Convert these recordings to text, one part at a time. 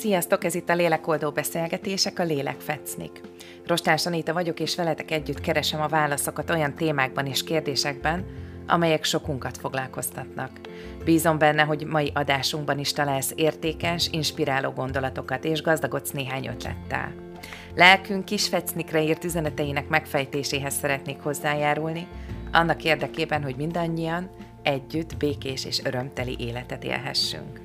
Sziasztok, ez itt a Lélekoldó Beszélgetések, a Lélekfecnik. Rostás Anita vagyok, és veletek együtt keresem a válaszokat olyan témákban és kérdésekben, amelyek sokunkat foglalkoztatnak. Bízom benne, hogy mai adásunkban is találsz értékes, inspiráló gondolatokat, és gazdagodsz néhány ötlettel. Lelkünk kis fecnikre írt üzeneteinek megfejtéséhez szeretnék hozzájárulni, annak érdekében, hogy mindannyian együtt békés és örömteli életet élhessünk.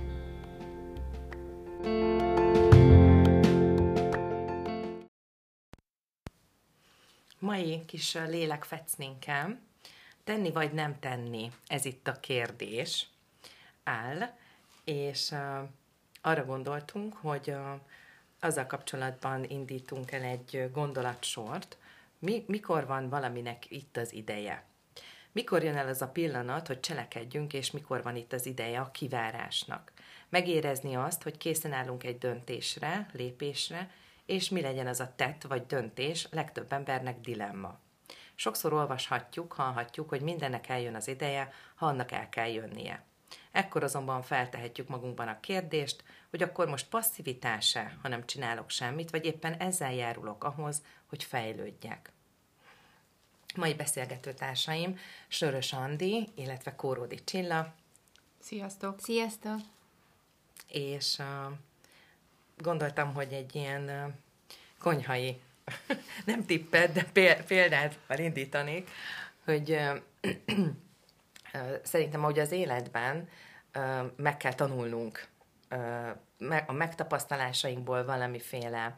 Mai kis lélekfecninkem, tenni vagy nem tenni, ez itt a kérdés áll, és arra gondoltunk, hogy azzal kapcsolatban indítunk el egy gondolatsort, mikor van valaminek itt az ideje. Mikor jön el az a pillanat, hogy cselekedjünk, és mikor van itt az ideje a kivárásnak. Megérezni azt, hogy készen állunk egy döntésre, lépésre, és mi legyen az a tett vagy döntés, legtöbb embernek dilemma. Sokszor olvashatjuk, hallhatjuk, hogy mindennek eljön az ideje, ha annak el kell jönnie. Ekkor azonban feltehetjük magunkban a kérdést, hogy akkor most passzivitás-e, ha nem csinálok semmit, vagy éppen ezzel járulok ahhoz, hogy fejlődjek. Mai beszélgetőtársaim Sörös Andi, illetve Kóródi Csilla. Sziasztok! Sziasztok! És gondoltam, hogy egy ilyen konyhai, nem tippet, de példát indítanék, hogy szerintem, ahogy az életben meg kell tanulnunk a megtapasztalásainkból valamiféle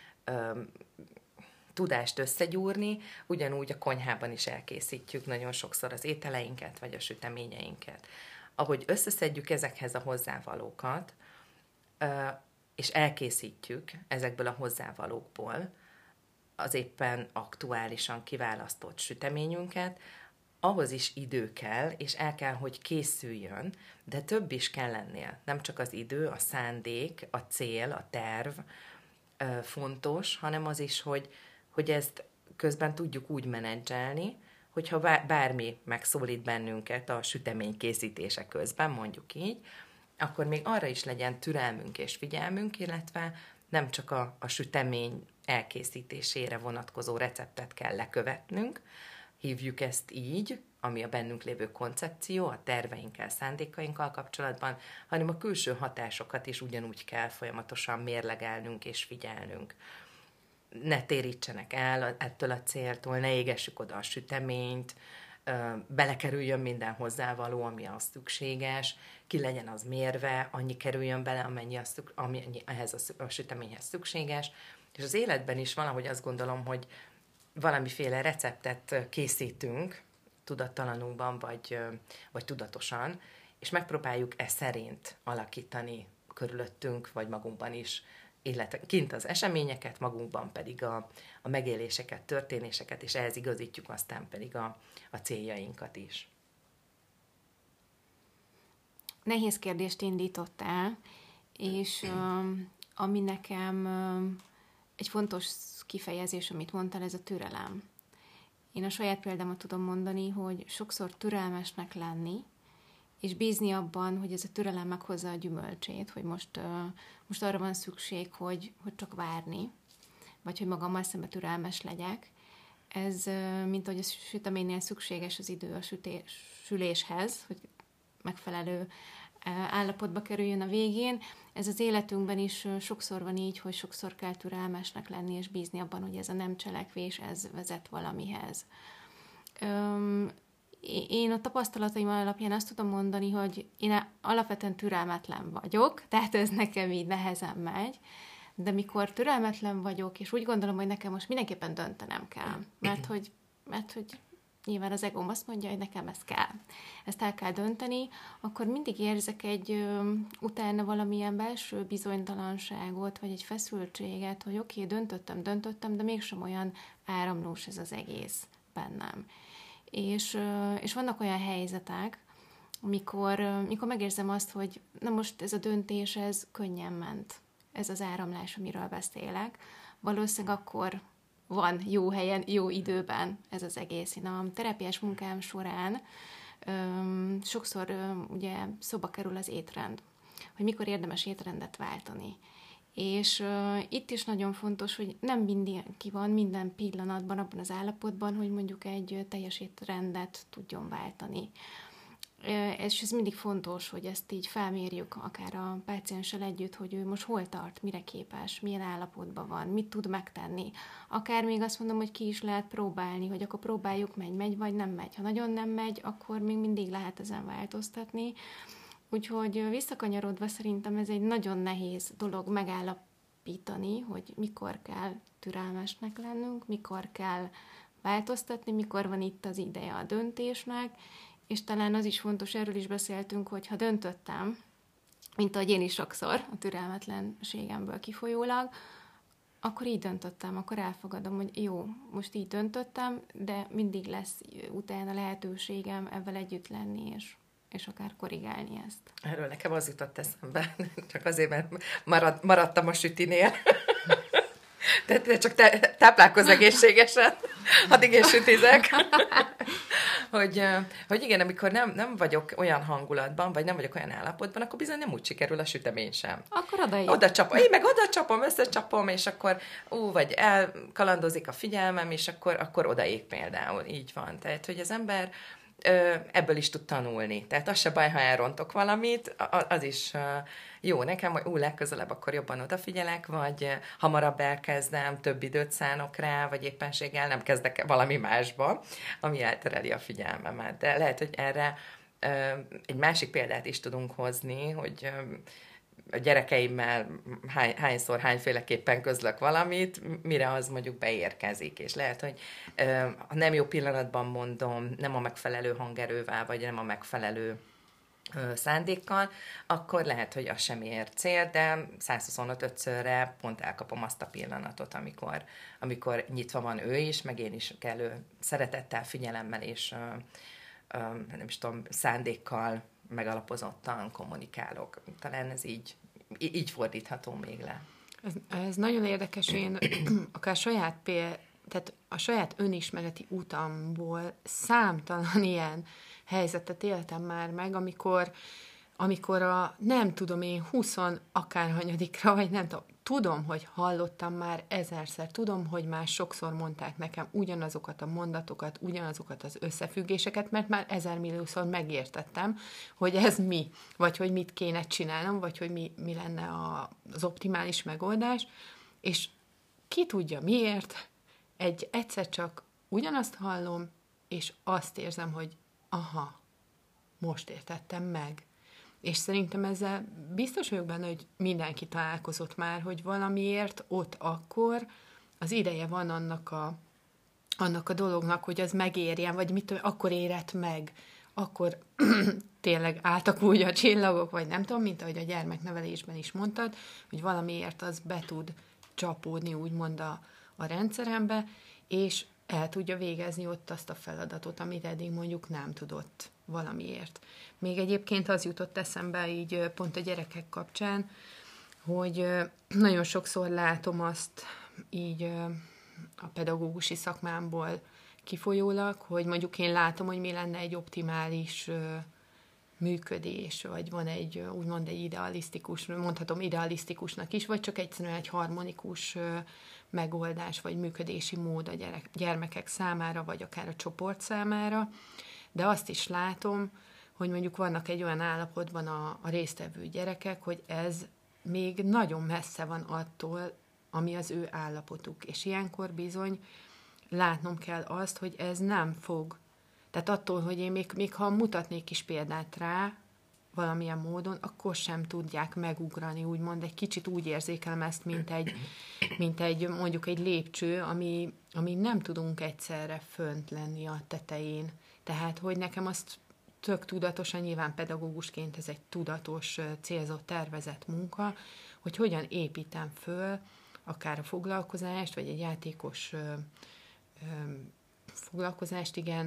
tudást összegyúrni, ugyanúgy a konyhában is elkészítjük nagyon sokszor az ételeinket, vagy a süteményeinket. Ahogy összeszedjük ezekhez a hozzávalókat, és elkészítjük ezekből a hozzávalókból az éppen aktuálisan kiválasztott süteményünket, ahhoz is idő kell, és el kell, hogy készüljön, de több is kell ennél. Nem csak az idő, a szándék, a cél, a terv fontos, hanem az is, hogy ezt közben tudjuk úgy menedzselni, hogyha bármi megszólít bennünket a sütemény készítése közben, mondjuk így, akkor még arra is legyen türelmünk és figyelmünk, illetve nem csak a sütemény elkészítésére vonatkozó receptet kell lekövetnünk, hívjuk ezt így, ami a bennünk lévő koncepció, a terveinkkel, szándékainkkal kapcsolatban, hanem a külső hatásokat is ugyanúgy kell folyamatosan mérlegelnünk és figyelnünk. Ne térítsenek el ettől a céltól, ne égessük oda a süteményt, belekerüljön minden hozzávaló, ami az szükséges, ki legyen az mérve, annyi kerüljön bele, amennyi ehhez a süteményhez szükséges. És az életben is valahogy azt gondolom, hogy valamiféle receptet készítünk, tudattalanunkban vagy tudatosan, és megpróbáljuk e szerint alakítani körülöttünk, vagy magunkban is, illetve kint az eseményeket, magunkban pedig a megéléseket, történéseket, és ehhez igazítjuk aztán pedig a céljainkat is. Nehéz kérdést indítottál, és ami nekem egy fontos kifejezés, amit mondtál, ez a türelem. Én a saját példámat tudom mondani, hogy sokszor türelmesnek lenni, és bízni abban, hogy ez a türelem meghozza a gyümölcsét, hogy most arra van szükség, hogy csak várni, vagy hogy magammal szemben türelmes legyek. Ez, mint ahogy a süteménynél szükséges az idő a süléshez, hogy megfelelő állapotba kerüljön a végén. Ez az életünkben is sokszor van így, hogy sokszor kell türelmesnek lenni, és bízni abban, hogy ez a nem cselekvés, ez vezet valamihez. Én a tapasztalataim alapján azt tudom mondani, hogy én alapvetően türelmetlen vagyok, tehát ez nekem így nehezen megy, de mikor türelmetlen vagyok, és úgy gondolom, hogy nekem most mindenképpen döntenem kell, mert hogy nyilván az egóm azt mondja, hogy nekem ez kell. Ezt el kell dönteni, akkor mindig érzek utána valamilyen belső bizonytalanságot, vagy egy feszültséget, hogy oké, döntöttem, de mégsem olyan áramlós ez az egész bennem. És vannak olyan helyzetek, mikor megérzem azt, hogy na most ez a döntés, ez könnyen ment. Ez az áramlás, amiről beszélek. Valószínűleg akkor van jó helyen, jó időben ez az egész. Én a terápiás munkám során sokszor ugye szóba kerül az étrend, hogy mikor érdemes étrendet váltani. És itt is nagyon fontos, hogy nem mindenki van minden pillanatban abban az állapotban, hogy mondjuk egy teljes étrendet tudjon váltani. És ez mindig fontos, hogy ezt így felmérjük akár a pácienssel együtt, hogy ő most hol tart, mire képes, milyen állapotban van, mit tud megtenni. Akár még azt mondom, hogy ki is lehet próbálni, hogy akkor próbáljuk, megy vagy nem megy. Ha nagyon nem megy, akkor még mindig lehet ezen változtatni. Úgyhogy visszakanyarodva szerintem ez egy nagyon nehéz dolog megállapítani, hogy mikor kell türelmesnek lennünk, mikor kell változtatni, mikor van itt az ideje a döntésnek, és talán az is fontos, erről is beszéltünk, hogy ha döntöttem, mint ahogy én is sokszor a türelmetlenségemből kifolyólag, akkor így döntöttem, akkor elfogadom, hogy jó, most így döntöttem, de mindig lesz utána lehetőségem ebben együtt lenni, és akár korrigálni ezt. Erről nekem az jutott eszembe, csak azért, mert maradtam a sütinél. De csak táplálkozz egészségesen, addig én sütizek. hogy igen, amikor nem vagyok olyan hangulatban, vagy nem vagyok olyan állapotban, akkor bizony nem úgy sikerül a sütemény sem. Akkor oda csapom. Én meg oda csapom, összecsapom, és akkor vagy elkalandozik a figyelmem, és akkor odaég például. Így van. Tehát, hogy az ember ebből is tud tanulni. Tehát az se baj, ha elrontok valamit, az is jó nekem, hogy legközelebb akkor jobban odafigyelek, vagy hamarabb elkezdem, több időt szánok rá, vagy éppenséggel nem kezdek valami másba, ami eltereli a figyelmemet. De lehet, hogy erre egy másik példát is tudunk hozni, hogy a gyerekeimmel hányféleképpen közlök valamit, mire az mondjuk beérkezik, és lehet, hogy ha nem jó pillanatban mondom, nem a megfelelő hangerővel, vagy nem a megfelelő szándékkal, akkor lehet, hogy az sem ér cél, de 125-szörre pont elkapom azt a pillanatot, amikor nyitva van ő is, meg én is kellő szeretettel, figyelemmel és nem is tudom, szándékkal megalapozottan kommunikálok. Talán ez így fordítható még le. Ez nagyon érdekes, én akár tehát a saját önismereti utamból számtalan ilyen helyzetet éltem már meg, amikor a nem tudom én 20 akárhanyadikra, vagy nem tudom, hogy hallottam már ezerszer, tudom, hogy már sokszor mondták nekem ugyanazokat a mondatokat, ugyanazokat az összefüggéseket, mert már 1000 milliószor megértettem, hogy ez mi, vagy hogy mit kéne csinálnom, vagy hogy mi lenne az optimális megoldás, és ki tudja miért, egyszer csak ugyanazt hallom, és azt érzem, hogy aha, most értettem meg. És szerintem ezzel biztos vagyok benne, hogy mindenki találkozott már, hogy valamiért ott akkor az ideje van annak a dolognak, hogy az megérjen, vagy akkor érett meg, akkor tényleg álltak úgy a csillagok, vagy nem tudom, mint ahogy a gyermeknevelésben is mondtad, hogy valamiért az be tud csapódni, úgymond a rendszerembe, és el tudja végezni ott azt a feladatot, amit eddig mondjuk nem tudott valamiért. Még egyébként az jutott eszembe így pont a gyerekek kapcsán, hogy nagyon sokszor látom azt így a pedagógusi szakmámból kifolyólag, hogy mondjuk én látom, hogy mi lenne egy optimális működés, vagy van úgymond egy idealisztikus, mondhatom idealisztikusnak is, vagy csak egyszerűen egy harmonikus megoldás, vagy működési mód a gyermekek számára, vagy akár a csoport számára, de azt is látom, hogy mondjuk vannak egy olyan állapotban a résztvevő gyerekek, hogy ez még nagyon messze van attól, ami az ő állapotuk. És ilyenkor bizony látnom kell azt, hogy ez nem fog. Tehát attól, hogy én még ha mutatnék is példát rá, valamilyen módon, akkor sem tudják megugrani, úgymond egy kicsit úgy érzékelem ezt, mint egy mondjuk egy lépcső, ami nem tudunk egyszerre fönt lenni a tetején. Tehát, hogy nekem azt tök tudatosan, nyilván pedagógusként ez egy tudatos, célzott, tervezett munka, hogy hogyan építem föl akár a foglalkozást, vagy egy játékos foglalkozást, igen,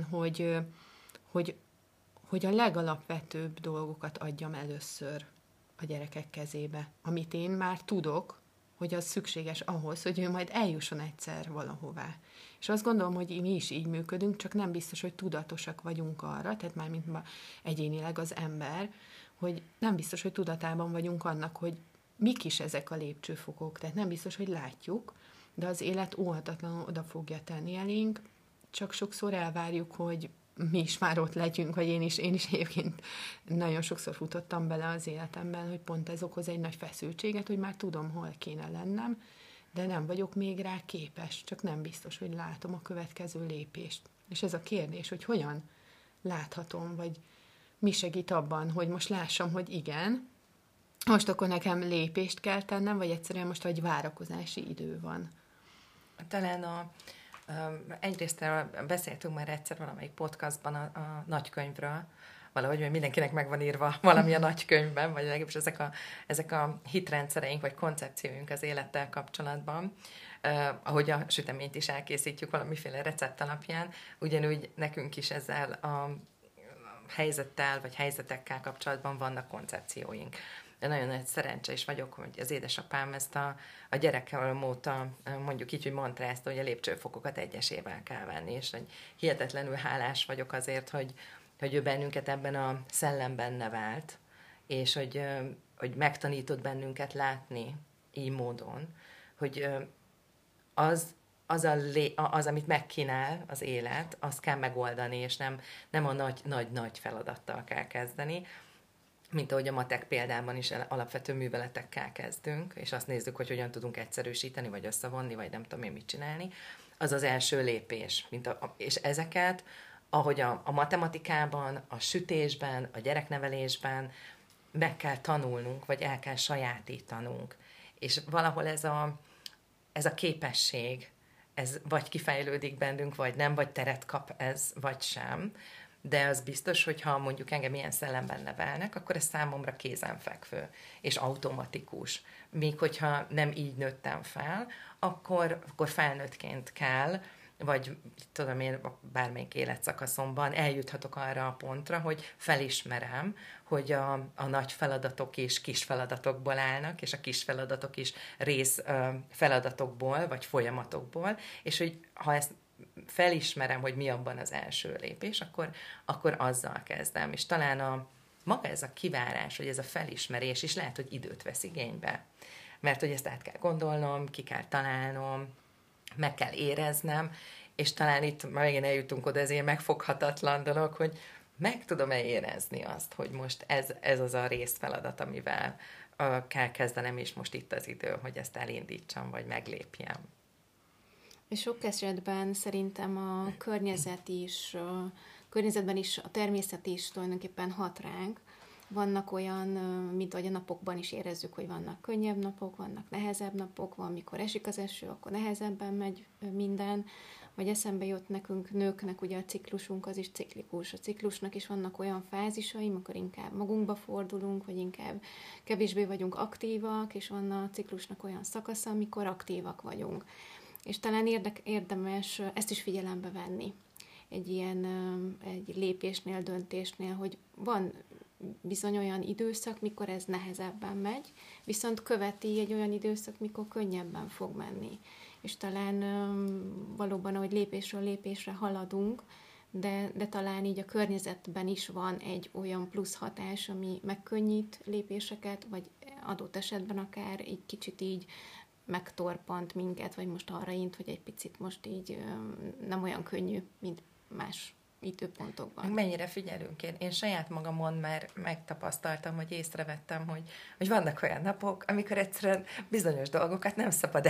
hogy a legalapvetőbb dolgokat adjam először a gyerekek kezébe, amit én már tudok, hogy az szükséges ahhoz, hogy ő majd eljusson egyszer valahová. És azt gondolom, hogy mi is így működünk, csak nem biztos, hogy tudatosak vagyunk arra, tehát már mint egyénileg az ember, hogy nem biztos, hogy tudatában vagyunk annak, hogy mik is ezek a lépcsőfokok. Tehát nem biztos, hogy látjuk, de az élet óhatatlanul oda fogja tenni elénk, csak sokszor elvárjuk, hogy mi is már ott legyünk, vagy én is egyébként nagyon sokszor futottam bele az életemben, hogy pont ez okoz egy nagy feszültséget, hogy már tudom, hol kéne lennem, de nem vagyok még rá képes, csak nem biztos, hogy látom a következő lépést. És ez a kérdés, hogy hogyan láthatom, vagy mi segít abban, hogy most lássam, hogy igen, most akkor nekem lépést kell tennem, vagy egyszerűen most egy várakozási idő van. Talán egyrészt beszéltünk már egyszer valamelyik podcastban a nagykönyvről, valahogy hogy mindenkinek meg van írva valami a nagykönyvben, vagy legalábbis ezek a hitrendszereink, vagy koncepcióink az élettel kapcsolatban, ahogy a süteményt is elkészítjük valamiféle recept alapján, ugyanúgy nekünk is ezzel a helyzettel, vagy helyzetekkel kapcsolatban vannak koncepcióink. De nagyon nagy szerencse is vagyok, hogy az édesapám ezt a gyerekkorom óta mondjuk így, hogy mantrázta, hogy a lépcsőfokokat egyesével kell venni, és hogy hihetetlenül hálás vagyok azért, hogy ő bennünket ebben a szellemben nevelt, és hogy megtanított bennünket látni így módon, hogy az, amit megkínál az élet, azt kell megoldani, és nem a nagy feladattal kell kezdeni, mint ahogy a matek példában is alapvető műveletekkel kezdünk, és azt nézzük, hogy hogyan tudunk egyszerűsíteni, vagy összevonni, vagy nem tudom én mit csinálni, az az első lépés. És ezeket, ahogy a matematikában, a sütésben, a gyereknevelésben meg kell tanulnunk, vagy el kell sajátítanunk. És valahol ez a képesség, ez vagy kifejlődik bennünk, vagy nem, vagy teret kap ez, vagy sem. De az biztos, hogy ha mondjuk engem ilyen szellemben nevelnek, akkor ez számomra kézenfekvő és automatikus. Míg hogyha nem így nőttem fel, akkor felnőttként kell, vagy tudom én, bármelyik életszakaszomban eljuthatok arra a pontra, hogy felismerem, hogy a nagy feladatok is kis feladatokból állnak, és a kis feladatok is rész feladatokból, vagy folyamatokból, és hogy ha ezt felismerem, hogy mi abban az első lépés, akkor azzal kezdem. És talán maga ez a kivárás, vagy ez a felismerés is lehet, hogy időt vesz igénybe. Mert hogy ezt át kell gondolnom, ki kell találnom, meg kell éreznem, és talán itt már megint eljutunk oda, ez ilyen megfoghatatlan dolog, hogy meg tudom-e érezni azt, hogy most ez az a részfeladat, amivel kell kezdenem, és most itt az idő, hogy ezt elindítsam, vagy meglépjem. És sok esetben szerintem a környezetben is, a természet is tulajdonképpen hat ránk. Vannak olyan, mint ahogy a napokban is érezzük, hogy vannak könnyebb napok, vannak nehezebb napok, van, mikor esik az eső, akkor nehezebben megy minden, vagy eszembe jött nekünk nőknek, ugye a ciklusunk az is ciklikus. A ciklusnak is vannak olyan fázisai, amikor inkább magunkba fordulunk, vagy inkább kevésbé vagyunk aktívak, és van a ciklusnak olyan szakasza, amikor aktívak vagyunk. És talán érdemes ezt is figyelembe venni egy lépésnél, döntésnél, hogy van bizony olyan időszak, mikor ez nehezebben megy, viszont követi egy olyan időszak, mikor könnyebben fog menni. És talán valóban, ahogy lépésről lépésre haladunk, de talán így a környezetben is van egy olyan plusz hatás, ami megkönnyít lépéseket, vagy adott esetben akár egy kicsit így megtorpant minket, vagy most arra int, hogy egy picit most így nem olyan könnyű, mint más időpontokban. Mennyire figyelünk? Én saját magamon már megtapasztaltam, hogy észrevettem, hogy vannak olyan napok, amikor egyszerűen bizonyos dolgokat nem szabad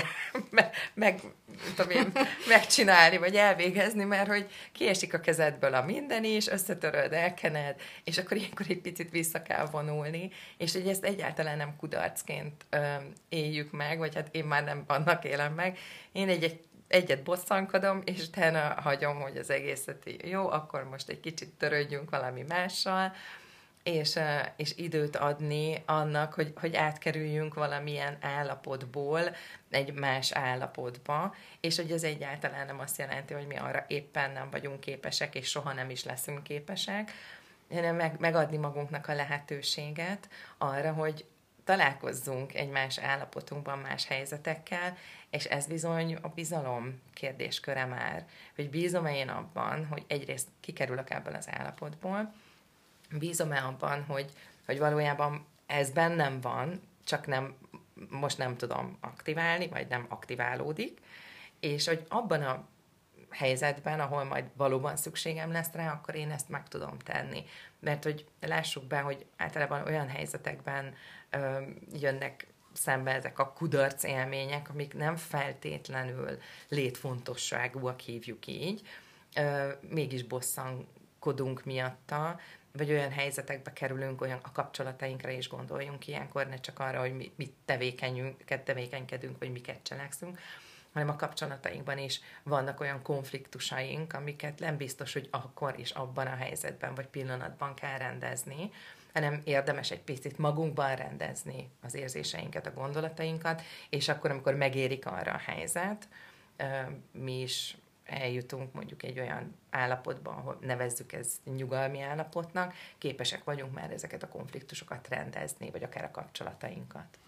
megcsinálni, vagy elvégezni, mert hogy kiesik a kezedből a minden is, összetöröd, elkened, és akkor ilyenkor egy picit vissza kell vonulni, és hogy ezt egyáltalán nem kudarcként éljük meg, vagy hát én már nem annak élem meg. Én egyet bosszankodom, és utána hagyom, hogy az egészet jó, akkor most egy kicsit törődjünk valami mással, és időt adni annak, hogy átkerüljünk valamilyen állapotból egy más állapotba, és hogy ez egyáltalán nem azt jelenti, hogy mi arra éppen nem vagyunk képesek, és soha nem is leszünk képesek, hanem megadni magunknak a lehetőséget arra, hogy találkozzunk egy más állapotunkban, más helyzetekkel, és ez bizony a bizalom kérdésköre már, hogy bízom-e én abban, hogy egyrészt kikerülök ebből az állapotból, bízom-e abban, hogy valójában ez bennem van, csak most nem tudom aktiválni, vagy nem aktiválódik, és hogy abban a helyzetben, ahol majd valóban szükségem lesz rá, akkor én ezt meg tudom tenni. Mert hogy lássuk be, hogy általában olyan helyzetekben jönnek szembe ezek a kudarc élmények, amik nem feltétlenül létfontosságúak, hívjuk így, mégis bosszankodunk miatta, vagy olyan helyzetekbe kerülünk, olyan a kapcsolatainkra is gondoljunk ilyenkor, ne csak arra, hogy mi tevékenykedünk, vagy miket cselekszünk, hanem a kapcsolatainkban is vannak olyan konfliktusaink, amiket nem biztos, hogy akkor is abban a helyzetben vagy pillanatban kell rendezni, hanem érdemes egy picit magunkban rendezni az érzéseinket, a gondolatainkat, és akkor, amikor megérik arra a helyzet, mi is eljutunk mondjuk egy olyan állapotban, ahol nevezzük ez nyugalmi állapotnak, képesek vagyunk már ezeket a konfliktusokat rendezni, vagy akár a kapcsolatainkat.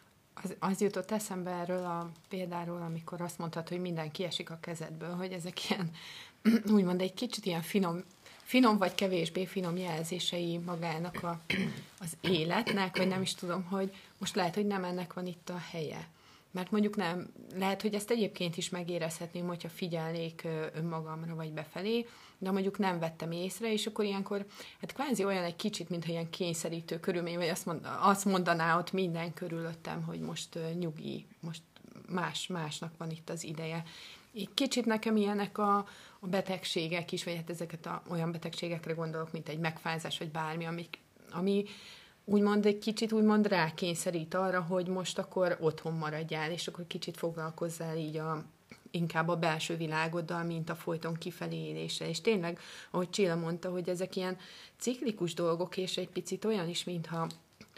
Az jutott eszembe erről a példáról, amikor azt mondtad, hogy minden kiesik a kezedből, hogy ezek ilyen, úgymond egy kicsit ilyen finom vagy kevésbé finom jelzései magának az életnek, vagy nem is tudom, hogy most lehet, hogy nem ennek van itt a helye. Mert mondjuk nem, lehet, hogy ezt egyébként is megérezhetném, hogyha figyelnék önmagamra vagy befelé, de mondjuk nem vettem észre, és akkor ilyenkor, hát kvázi olyan egy kicsit, mintha ilyen kényszerítő körülmény, vagy azt mondaná ott minden körülöttem, hogy most nyugi, most másnak van itt az ideje. Így kicsit nekem ilyenek a betegségek is, vagy hát ezeket olyan betegségekre gondolok, mint egy megfázás, vagy bármi, ami úgymond egy kicsit rákényszerít arra, hogy most akkor otthon maradjál, és akkor kicsit foglalkozzál így inkább a belső világoddal, mint a folyton kifelé éléssel. És tényleg, ahogy Csilla mondta, hogy ezek ilyen ciklikus dolgok, és egy picit olyan is, mintha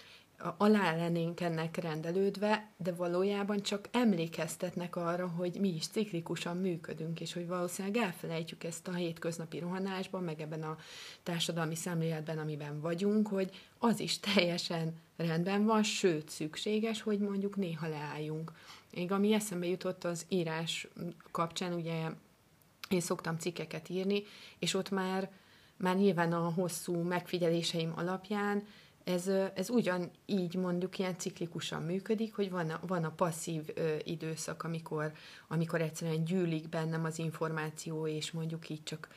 alá lennénk ennek rendelődve, de valójában csak emlékeztetnek arra, hogy mi is ciklikusan működünk, és hogy valószínűleg elfelejtjük ezt a hétköznapi rohanásban, meg ebben a társadalmi szemléletben, amiben vagyunk, hogy az is teljesen rendben van, sőt szükséges, hogy mondjuk néha leálljunk. Még ami eszembe jutott az írás kapcsán, ugye én szoktam cikkeket írni, és ott már nyilván a hosszú megfigyeléseim alapján ez ugyanígy mondjuk ilyen ciklikusan működik, hogy van a passzív időszak, amikor egyszerűen gyűlik bennem az információ, és mondjuk így csak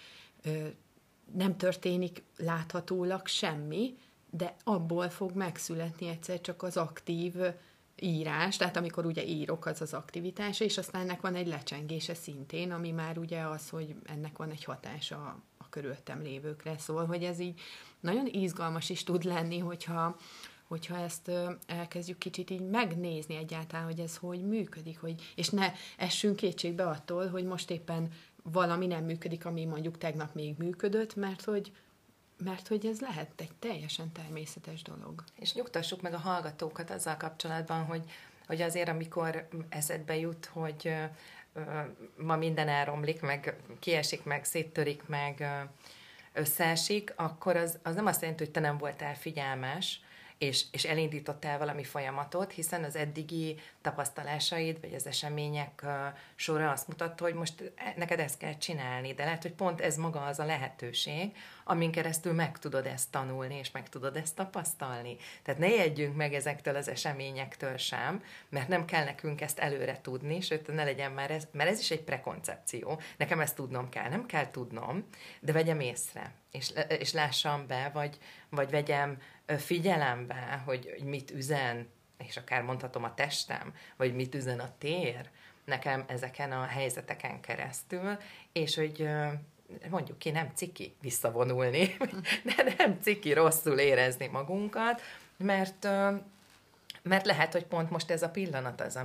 nem történik láthatólag semmi, de abból fog megszületni egyszer csak az aktív írás, tehát amikor ugye írok, az aktivitás, és aztán ennek van egy lecsengése szintén, ami már ugye az, hogy ennek van egy hatása a körülöttem lévőkre. Szóval, hogy ez így nagyon izgalmas is tud lenni, hogyha ezt elkezdjük kicsit így megnézni egyáltalán, hogy ez hogy működik, és ne essünk kétségbe attól, hogy most éppen valami nem működik, ami mondjuk tegnap még működött, mert hogy ez lehet egy teljesen természetes dolog. És nyugtassuk meg a hallgatókat azzal kapcsolatban, hogy azért, amikor eszedbe jut, hogy ma minden elromlik, meg kiesik, meg széttörik, meg összeesik, akkor az nem azt jelenti, hogy te nem voltál figyelmes, és elindítottál valami folyamatot, hiszen az eddigi tapasztalásaid, vagy az események sora azt mutatta, hogy most neked ezt kell csinálni, de lehet, hogy pont ez maga az a lehetőség, amin keresztül meg tudod ezt tanulni, és meg tudod ezt tapasztalni. Tehát ne jeggyünk meg ezektől az eseményektől sem, mert nem kell nekünk ezt előre tudni, sőt, ne legyen már ez, mert ez is egy prekoncepció. Nekem ezt tudnom kell, nem kell tudnom, de vegyem észre, és lássam be, vagy vegyem figyelembe, hogy mit üzen, és akár mondhatom a testem, vagy mit üzen a tér nekem ezeken a helyzeteken keresztül, és hogy mondjuk ki, nem ciki visszavonulni, de nem ciki rosszul érezni magunkat, mert lehet, hogy pont most ez a pillanat az,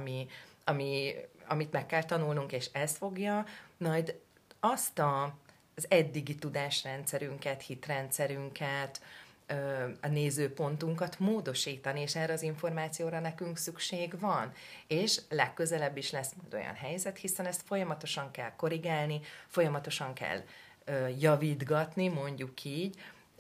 amit meg kell tanulnunk, és ez fogja majd azt az eddigi tudásrendszerünket, hitrendszerünket, a nézőpontunkat módosítani, és erre az információra nekünk szükség van. És legközelebb is lesz majd olyan helyzet, hiszen ezt folyamatosan kell korrigálni, folyamatosan kell javítgatni, mondjuk így,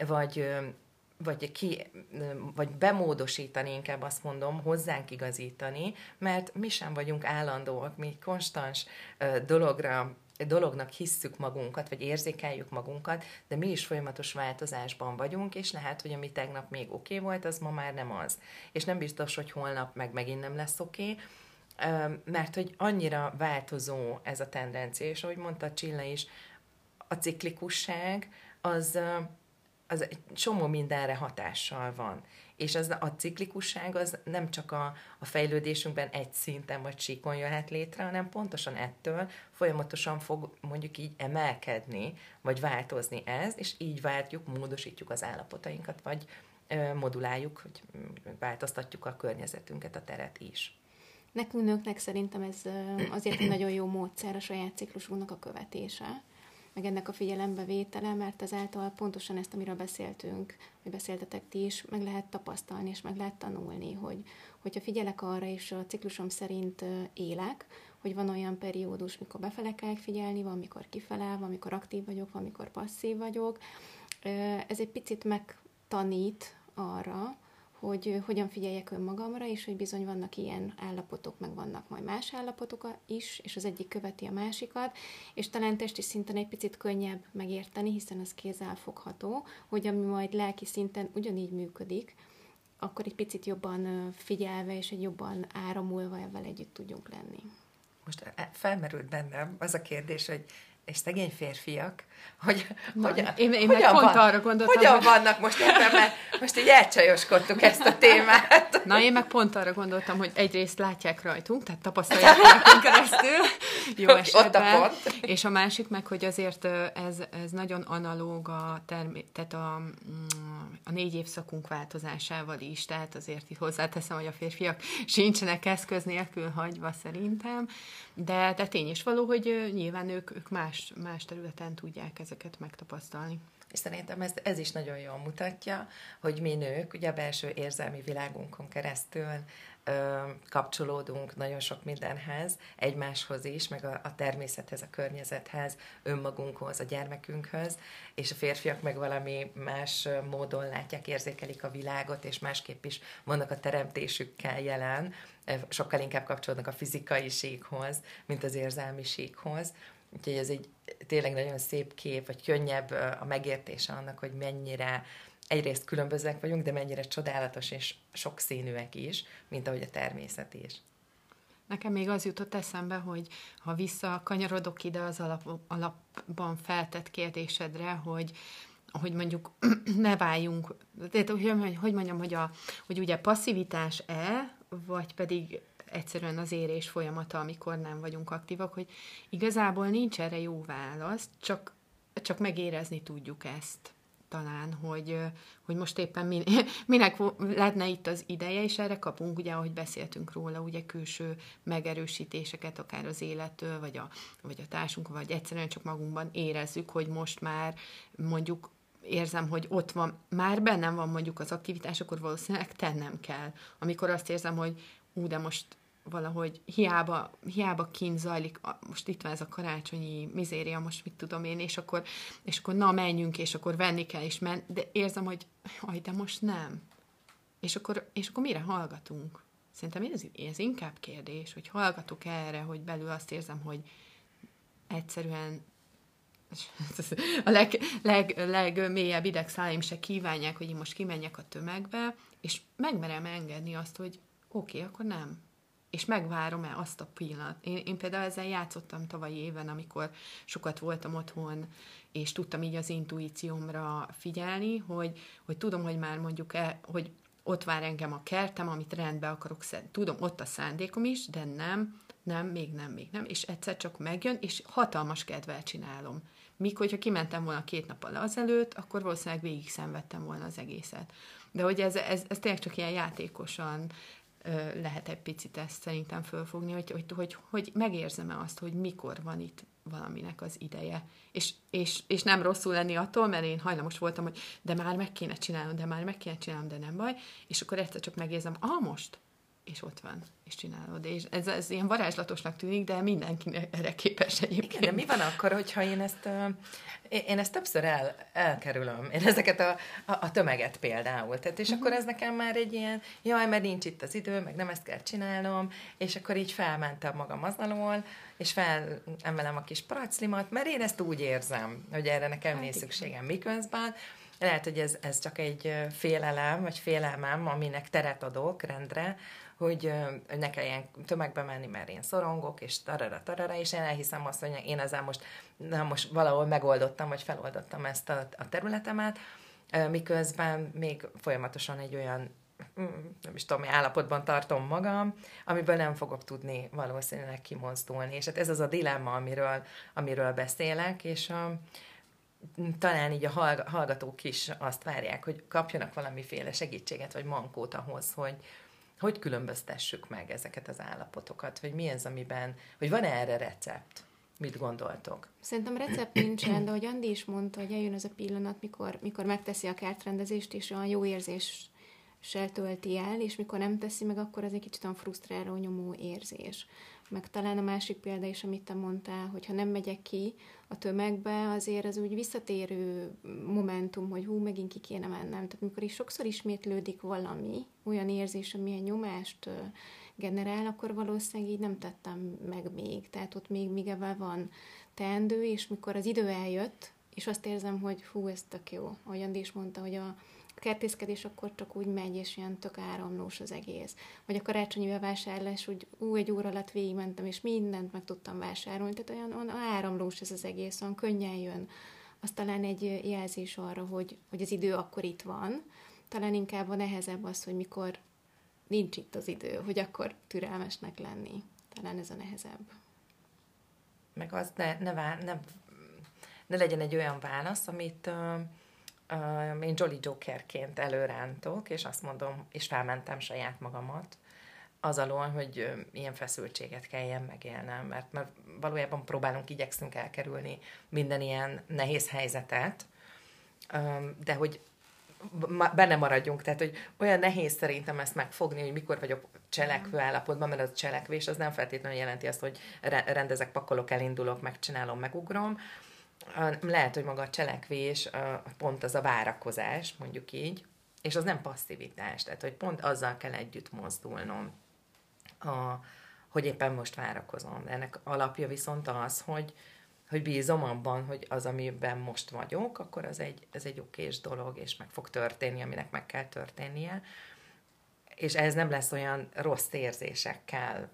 vagy bemódosítani, inkább azt mondom, hozzánk igazítani, mert mi sem vagyunk állandóak, mi konstans dologra dolognak hisszük magunkat, vagy érzékeljük magunkat, de mi is folyamatos változásban vagyunk, és lehet, hogy ami tegnap még oké volt, az ma már nem az. És nem biztos, hogy holnap megint nem lesz oké, mert hogy annyira változó ez a tendencia, és ahogy mondta Csilla is, a ciklikusság az egy csomó mindenre hatással van. És a ciklikusság az nem csak a fejlődésünkben egy szinten vagy síkon jöhet létre, hanem pontosan ettől folyamatosan fog mondjuk így emelkedni, vagy változni ez, és így váltjuk, módosítjuk az állapotainkat, vagy moduláljuk, hogy változtatjuk a környezetünket, a teret is. Nekünk nőknek szerintem ez azért egy nagyon jó módszer a saját ciklusunknak a követése, meg ennek a figyelembevétele, mert ezáltal pontosan ezt, amiről beszéltünk, vagy beszéltetek ti is, meg lehet tapasztalni, és meg lehet tanulni, hogyha figyelek arra, és a ciklusom szerint élek, hogy van olyan periódus, mikor befele kell figyelni, van, mikor kifele, van, mikor aktív vagyok, van, mikor passzív vagyok. Ez egy picit megtanít arra, hogy hogyan figyeljek önmagamra, és hogy bizony vannak ilyen állapotok, meg vannak majd más állapotok is, és az egyik követi a másikat, és talán testi szinten egy picit könnyebb megérteni, hiszen az kézzelfogható, hogy ami majd lelki szinten ugyanígy működik, akkor egy picit jobban figyelve, és egy jobban áramulva ebben együtt tudjunk lenni. Most felmerült bennem az a kérdés, hogy és szegény férfiak, én meg pont arra gondoltam, hogyan vannak most ebben, mert most így elcsajoskodtuk ezt a témát. Na, én meg pont arra gondoltam, hogy egyrészt látják rajtunk, tehát tapasztalják rajtunk keresztül, jó esetben. Ott a pont. És a másik meg, hogy azért ez nagyon analóg tehát a 4 évszakunk változásával is, tehát azért itt hozzáteszem, hogy a férfiak sincsenek eszköz nélkül hagyva szerintem, de tény is való, hogy nyilván ők más területen tudják ezeket megtapasztalni. És szerintem ez is nagyon jól mutatja, hogy mi nők, ugye a belső érzelmi világunkon keresztül kapcsolódunk nagyon sok mindenhez, egymáshoz is, meg a természethez, a környezethez, önmagunkhoz, a gyermekünkhöz, és a férfiak meg valami más módon látják, érzékelik a világot, és másképp is vannak a teremtésükkel jelen, sokkal inkább kapcsolódnak a fizikaiséghoz, mint az érzelmiséghoz. Úgyhogy ez egy tényleg nagyon szép kép, vagy könnyebb a megértése annak, hogy mennyire egyrészt különbözőek vagyunk, de mennyire csodálatos és sokszínűek is, mint ahogy a természet is. Nekem még az jutott eszembe, hogy ha visszakanyarodok ide az alapban feltett kérdésedre, hogy mondjuk ne váljunk, hogy mondjam, hogy ugye passzivitás-e, vagy pedig egyszerűen az érés folyamata, amikor nem vagyunk aktívak, hogy igazából nincs erre jó válasz, csak megérezni tudjuk ezt talán, hogy most éppen minek lenne itt az ideje, és erre kapunk, ugye, ahogy beszéltünk róla, ugye külső megerősítéseket, akár az élettől, vagy a társunk, vagy egyszerűen csak magunkban érezzük, hogy most már mondjuk érzem, hogy ott van, már bennem van mondjuk az aktivitás, akkor valószínűleg tennem kell. Amikor azt érzem, hogy de most valahogy hiába kint zajlik, most itt van ez a karácsonyi mizéria, most mit tudom én, és akkor na, menjünk, és akkor venni kell, de érzem, hogy de most nem. És akkor mire hallgatunk? Szerintem ez inkább kérdés, hogy hallgatok erre, hogy belül azt érzem, hogy egyszerűen a legmélyebb idegszálaim se kívánják, hogy én most kimenjek a tömegbe, és megmerem engedni azt, hogy oké, akkor nem. És megvárom-e azt a pillanat. Én például ezzel játszottam tavalyi éven, amikor sokat voltam otthon, és tudtam így az intuíciómra figyelni, hogy tudom, hogy már mondjuk hogy ott vár engem a kertem, amit rendbe akarok szedni. Tudom, ott a szándékom is, de még nem. És egyszer csak megjön, és hatalmas kedvel csinálom. Míg, hogyha kimentem volna 2 nappal azelőtt, akkor valószínűleg végig szenvedtem volna az egészet. De hogy ez tényleg csak ilyen játékosan lehet egy picit ezt szerintem fölfogni, hogy megérzem-e azt, hogy mikor van itt valaminek az ideje. És nem rosszul lenni attól, mert én hajlamos voltam, hogy de már meg kéne csinálnom, de nem baj, és akkor egyszer csak megérzem, most. és ott van, és csinálod. És ez ilyen varázslatosnak tűnik, de mindenki erre képes egyébként. Igen, de mi van akkor, hogyha én ezt többször elkerülöm, én ezeket a tömeget például. Tehát, és akkor ez nekem már egy ilyen, jaj, mert nincs itt az idő, meg nem ezt kell csinálnom, és akkor így felmentem magam az alól, és felemelem a kis paraclimat, mert én ezt úgy érzem, hogy erre nekem nincs szükségem. Miközben lehet, hogy ez csak egy félelem, vagy félelmem, aminek teret adok rendre, hogy ne kelljen tömegbe menni, mert én szorongok, és tarara, és én elhiszem azt, hogy én ezzel most valahol megoldottam, vagy feloldottam ezt a területemet, miközben még folyamatosan egy olyan, nem is tudom, állapotban tartom magam, amiből nem fogok tudni valószínűleg kimozdulni. És hát ez az a dilemma, amiről beszélek, és talán így a hallgatók is azt várják, hogy kapjanak valamiféle segítséget, vagy mankót ahhoz, hogy különböztessük meg ezeket az állapotokat, vagy mi az, hogy van-e erre recept? Mit gondoltok? Szerintem recept nincsen, de ahogy Andi is mondta, hogy eljön az a pillanat, mikor megteszi a kertrendezést, és a jó érzéssel tölti el, és mikor nem teszi meg, akkor az egy kicsit olyan frusztráló, nyomó érzés. Meg talán a másik példa is, amit te mondtál, hogy ha nem megyek ki a tömegbe, azért az úgy visszatérő momentum, hogy megint ki kéne mennem. Tehát amikor is sokszor ismétlődik valami, olyan érzés, amilyen nyomást generál, akkor valószínűleg így nem tettem meg még. Tehát ott még ebben van teendő, és mikor az idő eljött, és azt érzem, hogy ez tök jó. Ahogy Andi is mondta, hogy a kertészkedés akkor csak úgy megy, és ilyen tök áramlós az egész. Vagy a karácsonyi bevásárlás, úgy egy óra alatt végigmentem, és mindent meg tudtam vásárolni. Tehát olyan áramlós ez az egész, olyan könnyen jön. Az talán egy jelzés arra, hogy az idő akkor itt van. Talán inkább a nehezebb az, hogy mikor nincs itt az idő, hogy akkor türelmesnek lenni. Talán ez a nehezebb. Meg az ne legyen egy olyan válasz, amit én Jolly Jokerként előrántok, és azt mondom, és felmentem saját magamat az alól, hogy ilyen feszültséget kelljen megélnem, mert valójában igyekszünk elkerülni minden ilyen nehéz helyzetet, de hogy benne maradjunk, tehát hogy olyan nehéz szerintem ezt megfogni, hogy mikor vagyok cselekvő állapotban, mert a cselekvés az nem feltétlenül jelenti azt, hogy rendezek, pakolok, elindulok, megcsinálom, megugrom. Lehet, hogy maga a cselekvés pont az a várakozás, mondjuk így, és az nem passzivitás, tehát hogy pont azzal kell együtt mozdulnom, hogy éppen most várakozom. Ennek alapja viszont az, hogy bízom abban, hogy az, amiben most vagyok, akkor ez egy okés dolog, és meg fog történni, aminek meg kell történnie. És ez nem lesz olyan rossz érzésekkel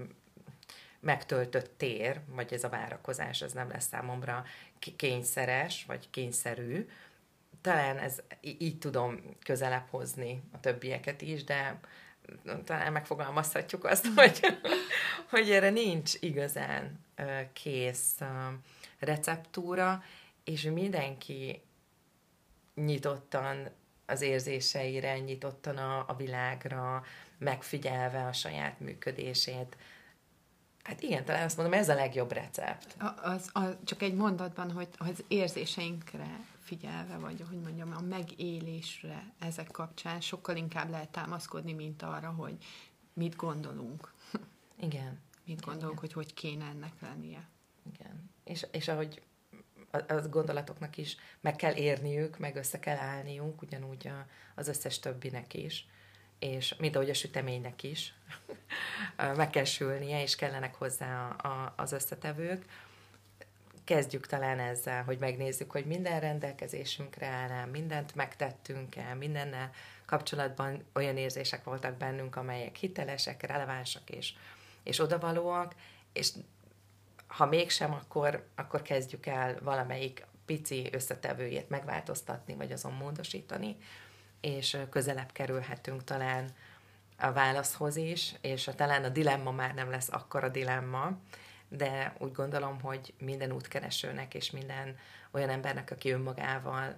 megtöltött tér, vagy ez a várakozás, ez nem lesz számomra kényszeres, vagy kényszerű. Talán ez így tudom közelebb hozni a többieket is, de talán megfogalmazhatjuk azt, hogy erre nincs igazán kész receptúra, és mindenki nyitottan az érzéseire, nyitottan a világra, megfigyelve a saját működését. Hát igen, talán azt mondom, ez a legjobb recept. Csak egy mondatban, hogy az érzéseinkre figyelve, vagy hogy mondjam, a megélésre ezek kapcsán sokkal inkább lehet támaszkodni, mint arra, hogy mit gondolunk. Igen. Mit gondolunk, igen. hogy kéne ennek lennie. Igen. És ahogy az gondolatoknak is meg kell érniük, meg össze kell állniunk, ugyanúgy az összes többinek is, és mint ahogy a süteménynek is meg kell sülnie, és kellenek hozzá az összetevők. Kezdjük talán ezzel, hogy megnézzük, hogy minden rendelkezésünkre áll, mindent megtettünk el, mindennel kapcsolatban olyan érzések voltak bennünk, amelyek hitelesek, relevánsak és odavalóak, és ha mégsem, akkor kezdjük el valamelyik pici összetevőjét megváltoztatni, vagy azon módosítani, és közelebb kerülhetünk talán a válaszhoz is, és talán a dilemma már nem lesz akkora dilemma, de úgy gondolom, hogy minden útkeresőnek és minden olyan embernek, aki önmagával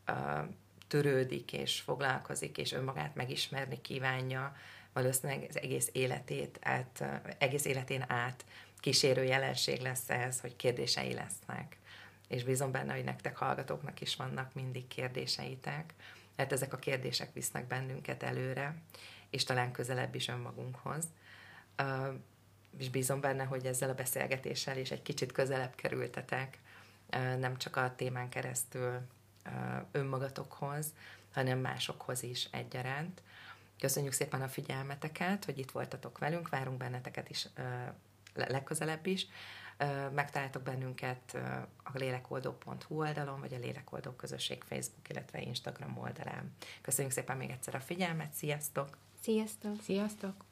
törődik és foglalkozik, és önmagát megismerni kívánja, valószínűleg az egész életén át kísérő jelenség lesz ez, hogy kérdései lesznek. És bízom benne, hogy nektek hallgatóknak is vannak mindig kérdéseitek, mert ezek a kérdések visznek bennünket előre, és talán közelebb is önmagunkhoz. És bízom benne, hogy ezzel a beszélgetéssel is egy kicsit közelebb kerültetek, nem csak a témán keresztül önmagatokhoz, hanem másokhoz is egyaránt. Köszönjük szépen a figyelmeteket, hogy itt voltatok velünk, várunk benneteket is legközelebb is. Megtaláltok bennünket a lélekoldó.hu oldalon, vagy a Lélekoldó közösség Facebook, illetve Instagram oldalán. Köszönjük szépen még egyszer a figyelmet, sziasztok! Sziasztok! Sziasztok!